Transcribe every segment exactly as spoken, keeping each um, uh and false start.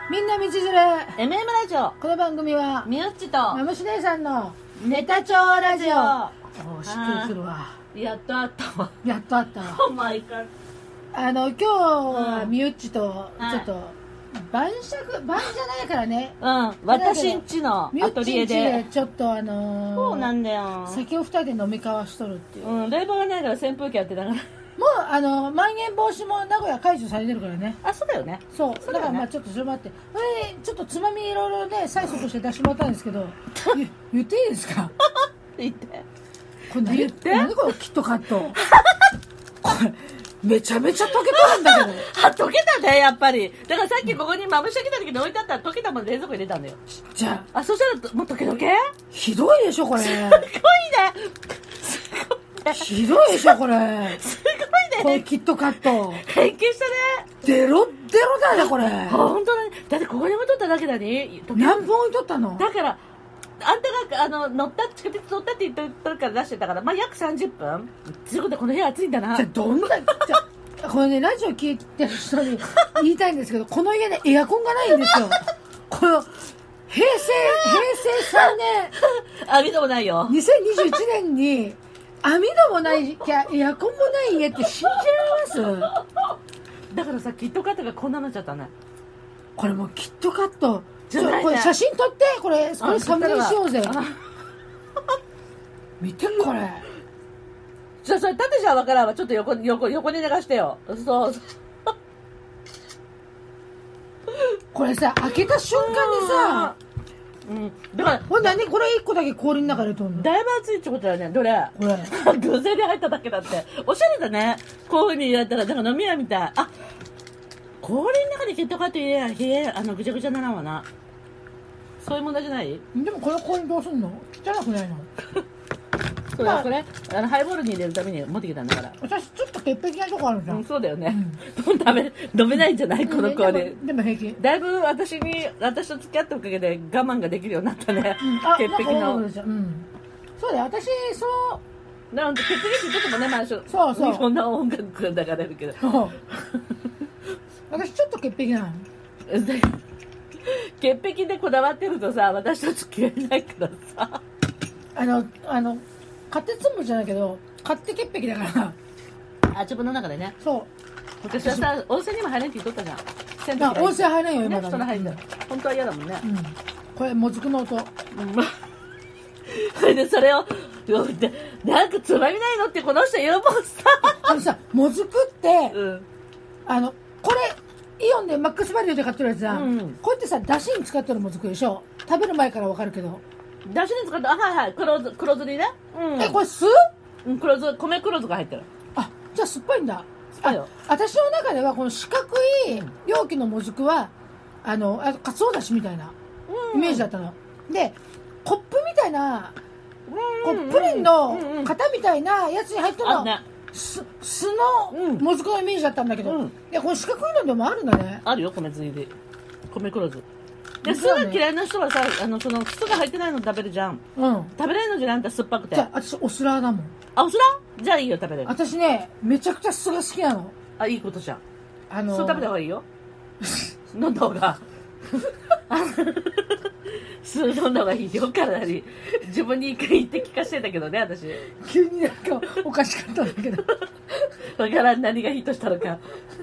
みんな道連れエムエム ラジオ。 この番組はみよっちとまむし姉さんのネタ帳ラジオ。 おしっくりくるわ。 やっとあったわ。 やっとあったわ。 お前か。 あの今日はうんみゆっちとちょっと晩酌晩じゃないからね、 うん。私んちのみゆアトっちんちリエで。 でちょっとあのーそうなんだよ。 酒を二人で飲み交わしとるっていう、もううん。冷房がないから扇風機やってたから。 あのまん延防止も名古屋解除されてるからね。 あ、そうだよね。 そうそうだよねだからまあちょっとそれもあって、これちょっとつまみいろいろね催促して出してもらったんですけど言言っていいですか？ 言って。 これ何言って何これキットカットこれめちゃめちゃ溶けとるんだけどあ、溶けたね、やっぱり。だからさっきここにまぶし来た時に置いてあったら溶けたもの冷蔵庫入れたんだよ。 じゃああ、そしたらもう溶け溶けひどいでしょこれすごいね。すごいね。 ひどいでしょこれすこごいね。 れキットカット変形したね。 デロッデロだねこれ本当だね。だってここに置いとっただけだね。 何本置いとったの？ だからあんたがあの乗った地下鉄乗ったって言ってるから出してたからまあ約さんじゅっぷん。ということはこの部屋暑いんだな。 じゃあどんなじゃあこれねラジオ聞いてる人に言いたいんですけどこの家ねエアコンがないんですよこの平成平成さんねんあ、見たもないよ。 にせんにじゅういちねんに網戸もないいやエアコンもない家って信じられますだからさキットカットがこんなになっちゃったね。 これもうキットカットじゃないねこれ写真撮ってこれこれサムネにしようぜあ見てこれじゃあそれ縦じゃわからんわ。ちょっと横横横に流してよ。そうそう。 これさ開けた瞬間にさうん。だからこれ何これいっこだけ氷の中でとんのだいぶ暑いってことだよね。どれ？ これ偶然で入っただけだっておしゃれだね。こういう風に言われたらだから飲み屋みたい。あ、氷の中にキットカット入れや冷えあのぐちゃぐちゃならんわな。そういう問題じゃない？ でもこれ氷どうすんの汚くないのこれ、これあのハイボールに入れるために持ってきたんだから。 私ちょっと潔癖なとこあるじゃうんん、 そうだよね。食べ飲めないんじゃないこの氷。 でもでも平気だいぶ私に私と付き合ったおかげで我慢ができるようになったね。 あ潔癖の。 なんかそうですようんそうだよ私そうなんで潔癖って言ってもねマンション。 そうそういろんな音楽が流れるけど。 そう私ちょっと潔癖なの潔癖でこだわってるとさ私と付き合えないからさ。 あのあの勝手つむじゃないけど勝手潔癖だからあ自分の中でね。 そう私はさ温泉にも入れんって言っとったじゃん。銭湯あ温泉入れんよね今だその入んだ。本当は嫌だもんね。 うんこれもずくの音うんそれでそれをでなんかつまみないのってこの人言うもんさ。 あのさもずくってうんあのこれイオンでマックスバリューで買ってるやつさ、 うんこうやってさだしに使ってるもずくでしょ食べる前からわかるけど、 だしに使ってあはいはい黒酢黒酢にね。うんえこれ酢うん黒酢米黒酢が入ってる。 あじゃあ酸っぱいんだぱいよあ私の中ではこの四角い容器のもずくはあのあかつおだしみたいなイメージだったの、でコップみたいなこうプリンの型みたいなやつに入ったの、 あね酢酢うんのもずくのイメージだったんだけど、 うんいやこの四角いのでもあるんだね。 あるよ米酢入り米黒酢で酢実はねが嫌いな人はさあのその酢が入ってないの食べるじゃん。 うん食べれるのじゃなくて酸っぱくて。 じゃあ私お酢ラーだもん。 あお酢らじゃあいいよ食べれる。 私ねめちゃくちゃ酢が好きなの。 あいいことじゃん。 あの酢食べた方がいいよ。飲んだ方が酢飲んだ方がいいよ体に。自分に一回言って聞かせてたけどね私。 急になんかおかしかったんだけどわからん何がヒットしたのか。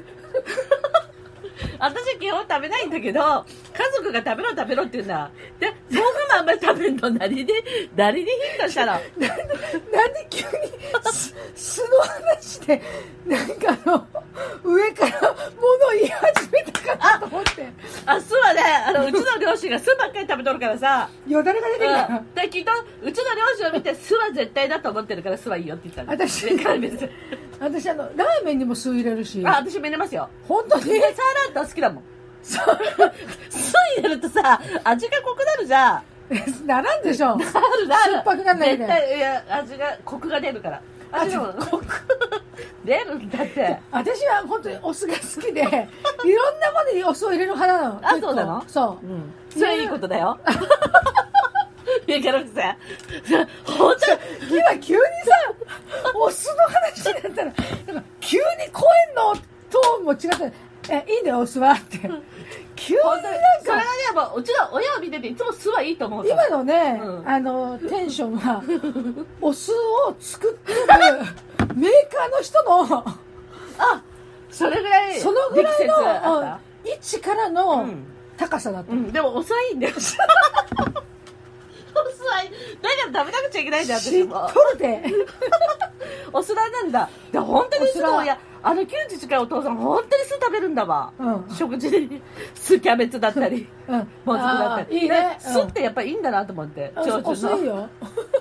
私基本食べないんだけど家族が食べろ食べろって言うんだ。で僕もあんまり食べんの何で何でヒットしたの。 なんでなんで急に酢酢の話でなんかあの上から物を言い始めたかなと思ってあ酢はねあのうちの両親が酢ばっかり食べとるからさ。 よだれが出てきた、 うん、できっとうちの両親を見て酢は絶対だと思ってるから酢はいいよって言ったんだ。 私上から別に私あのラーメンにも酢入れるしあ私も入れますよ。 本当にでサーラータ好きだもん。酢入れるとさ味が濃くなるじゃん。 ならんでしょなるなる酸っぱくならないで絶対いや味がコクが出るから味もコク出るんだって私は本当にお酢が好きでいろんなものにお酢を入れる派なの。 あ結構そうなのそう、 うんそれはいいことだよ上からさ本当今急にさお酢の話になったらなんか急に声のトーンも違った。えいいんだよお酢はって急急に本当になんかそれがね、やっぱうちの親を見てていつも酢はいいと思うから今のね、 うんあのテンションはお酢を作ってるメーカーの人のあそれぐらいそのぐらい力説あのった位置からの高さだった、 うん、でもお酢はいいんだよお酢はいいだから食べなくちゃいけないんだよ知っ私もとるでお酢なんだで本当に酢お酢だの親あのきゅうじ近いお父さん本当に酢食べるんだわ、 うん食事で酢キャベツだったりうんもずくだったりあーいいねで酢ってやっぱりいいんだなと思ってうんお酢いいよ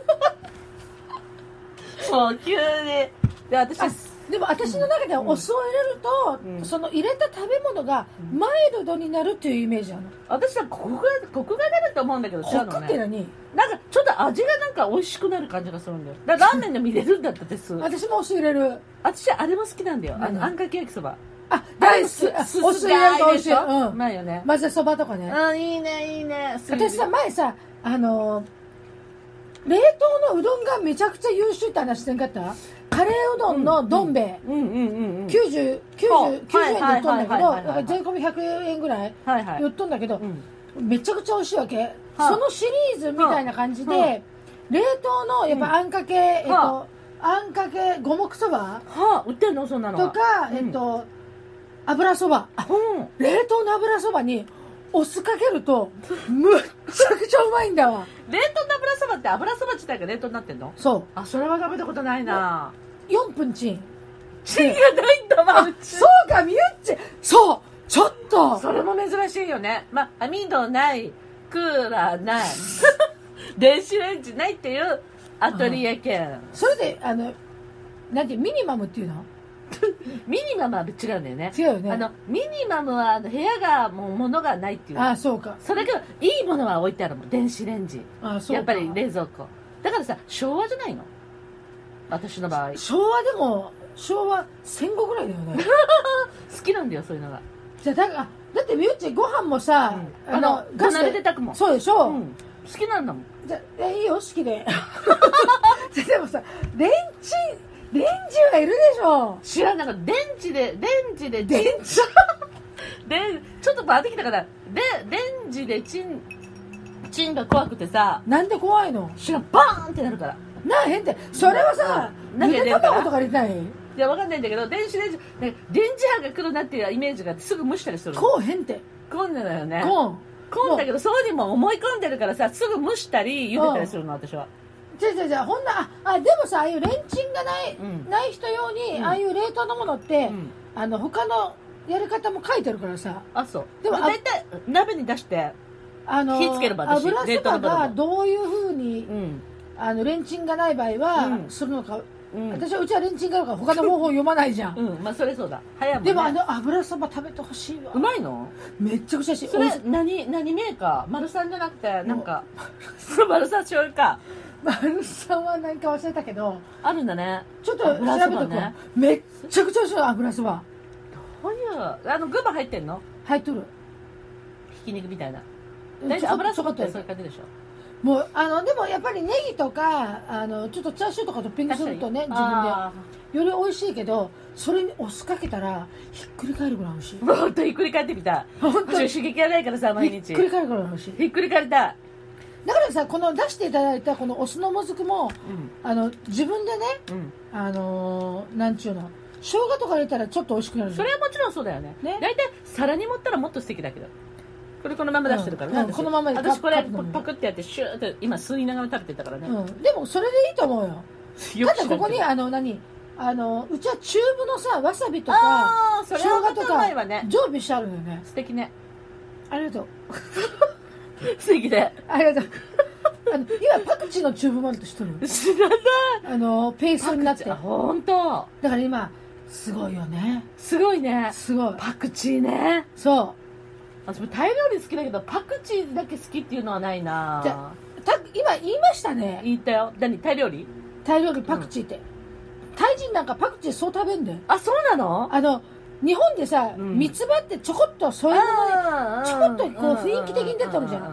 もう急にで私あでも私の中ではお酢を入れると、 うんその入れた食べ物がマイルドになるっていうイメージなの。 私はコクがコクが出ると思うんだけど違コうのねクって何？ なんかちょっと味がなんか美味しくなる感じがするんだよだからラーメンでも入れるんだったって酢私もお酢入れる。 私あれも好きなんだよあ何のあんかけ焼きそばあ、大好き。あお酢入れると美味しい。 うんうん。 まいよね混ぜそばとかね。 うんいいねいいね私さ前さあのー冷凍のうどんがめちゃくちゃ優秀って話してんかった？カレーうどんのどん兵衛、 うんうんうんうんきゅうじゅう、きゅうじゅう、きゅうじゅうえんで売っとんだけど、 はいはいはいはいだから税込みひゃくえんぐらいはいはいで売っとんだけど、 うんめちゃくちゃ美味しいわけ。 はあそのシリーズみたいな感じで、 はあ冷凍のやっぱあんかけ、えっと、 はあんかけ五目そばはあ売ってんのそんなのがとか、 うんえっと、油そば。あうん冷凍の油そばにお酢かけると、むっちゃくちゃうまいんだわ。 冷凍の油そばって油そば自体が冷凍になってんのそあそれは食べたことないなう。よんぷんチン。 チンがないんだわあ、そうか、みゆっち。そうちょっとそれも珍しいよねまあ網戸ないクーラーない電子レンジないっていうアトリエ兼それで、あの、なんていう、ミニマムっていうのミニマムは違うんだよね違うよね。 あのミニマムはあの部屋がもう物がないっていうあ、そうか。 それけどいいものは置いてあるもん電子レンジあ、そうか。 やっぱり冷蔵庫だからさ昭和じゃないの私の場合昭和でも、昭和戦後ぐらいだよね。 好きなんだよそういうのがじゃあだあだってみゆっちご飯もさ、 あの土鍋で炊くもんそうでしょ、 うん好きなんだもんじゃえいいよ好きでじゃでもさレンチンレンジはいるでしょ知らんなんか電池で電池で電池でちょっとバーってきたからでレンジでチンチンが怖くてさなんで怖いの知らんバーンってなるからなあへんってそれはさなゆで卵とか入れたいいやわかんないんだけど電子レンジなんか電磁波が来るなっていうイメージがあってすぐ蒸したりするのこうへんってこんなのよねこんこんだけどそうにも思い込んでるからさすぐ蒸したり茹でたりするの私はじゃじゃじゃほんなああでもさああいうレンチンがない、 うんない人用に、 うんああいう冷凍のものって、 うんあの他のやり方も書いてるからさあそうでもでも大体鍋に出してあの火つければ私油そば冷凍のものがどういうふうに、 うんあのレンチンがない場合は、 うんするのか、 うん私はうちはレンチンがあるから他の方法読まないじゃん、 うんまあそれそうだ早いもんねでもあの油そば食べてほしいわうまいのめっちゃくちゃ美味しいそれ何何メーカーマルサンじゃなくてなんかマルサン醤油かマルサンは何か忘れたけどあるんだねちょっと調べとくわ、 油そばねめっちゃくちゃ美味しい油そばどういうあの具も入ってんの入っとるひき肉みたいなうん大体油そちょこっとばってそういう感じでしょもうあのでもやっぱりネギとかあのちょっとチャーシューとかトッピングするとね自分あでより美味しいけどそれにお酢かけたらひっくり返るぐらい美味しいーもっとひっくり返ってみたい本当に私刺激がないからさ毎ひっ日くり返るぐらい美味しいひっくり返りたいだからさこの出していただいたこのお酢のもずくもうんあの自分でねうんあのー、なんちゅうの生姜とか入れたらちょっと美味しくなるそれはもちろんそうだよねね大体皿に盛ったらもっと素敵だけどこれこのまま出してるからね、 うんうん私このままで私これカップのままパクってやってシューって今吸いながら食べてたからね、 うん、でもそれでいいと思うよよく知らんけどただここにあの何あのうちはチューブのさわさびとかああそれ生姜とはまたうまいかわね常備してあるのよね素敵ねありがとう素敵でありがとうあの今パクチーのチューブもあると知っとる知らないあのペーストになってあだ本当から今すごいよねすごいねすごいパクチーねそ私もタイ料理好きだけどパクチーだけ好きっていうのはないなじゃうた今言いましたね言ったよ何タイ料理タイ料理パクチーって、タイ人なんかパクチーそう食べんだよあそうなのあの日本でさ、 うん三つ葉ってちょこっと添え物にあーちょこっとこう雰囲気的に出てるじゃんううう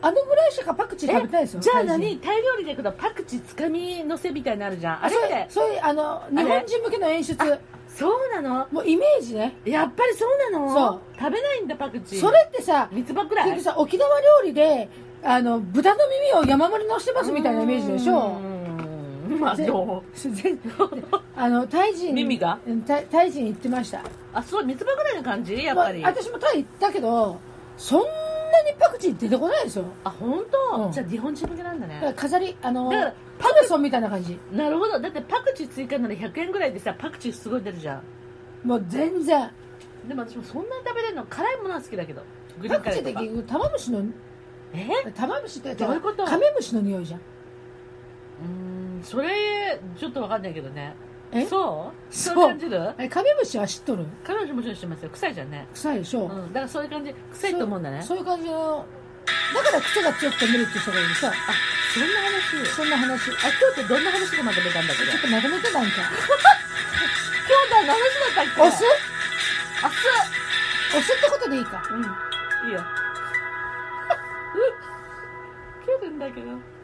あのぐらいしかパクチー食べてないですよ。 じゃあタイ人何、タイ料理でいくとパクチーつかみのせみたいになるじゃん。あれってそういう、あの、日本人向けの演出。 そうなの？ もうイメージね。 やっぱりそうなの？ そう食べないんだパクチー。 それってさ、 三つ葉くらい。 結局さ、沖縄料理で、あの、豚の耳を山盛り乗せてますみたいなイメージでしょ。 うん。まあ、どうぜあの、タイ人、 耳がタイタイ人言ってました。 あ、そう、三つ葉くらいの感じやっぱり。 まあ、私もタイ行ったけど、そんなにパクチー出てこないですよ。 あ、本当、 うん、 じゃあ日本人向けなんだね。 だから飾り、あの、 だからパクソンみたいな感じ。 なるほど。だってパクチー追加ならひゃくえんぐらいでさ、パクチーすごい出るじゃん。 もう全然。 でも私もそんなに食べれるの、辛いものは好きだけど。グリーパンカレーとか。 クチーって結局玉虫の、 え玉虫ってどういうこと？ カメムシの匂いじゃん。 うーん、それ、ちょっとわかんないけどね。 えそうそうそう感じる？ え、カメムシは知っとる？ 彼女もちろんしてますよ。臭いじゃんね。 臭いでしょ。 うん。だからそういう感じ、臭いと思うんだね。 そういう感じの、だから癖が強くて無理って人がいるさ。 あ、そんな話。 そんな話。 あ、今日ってどんな話でまとめたんだけど。 ちょっとまとめてなんか。 今日の話だったっけ？ お酢あすお酢ってことでいいか。 うん。いいよ。来るんだけど。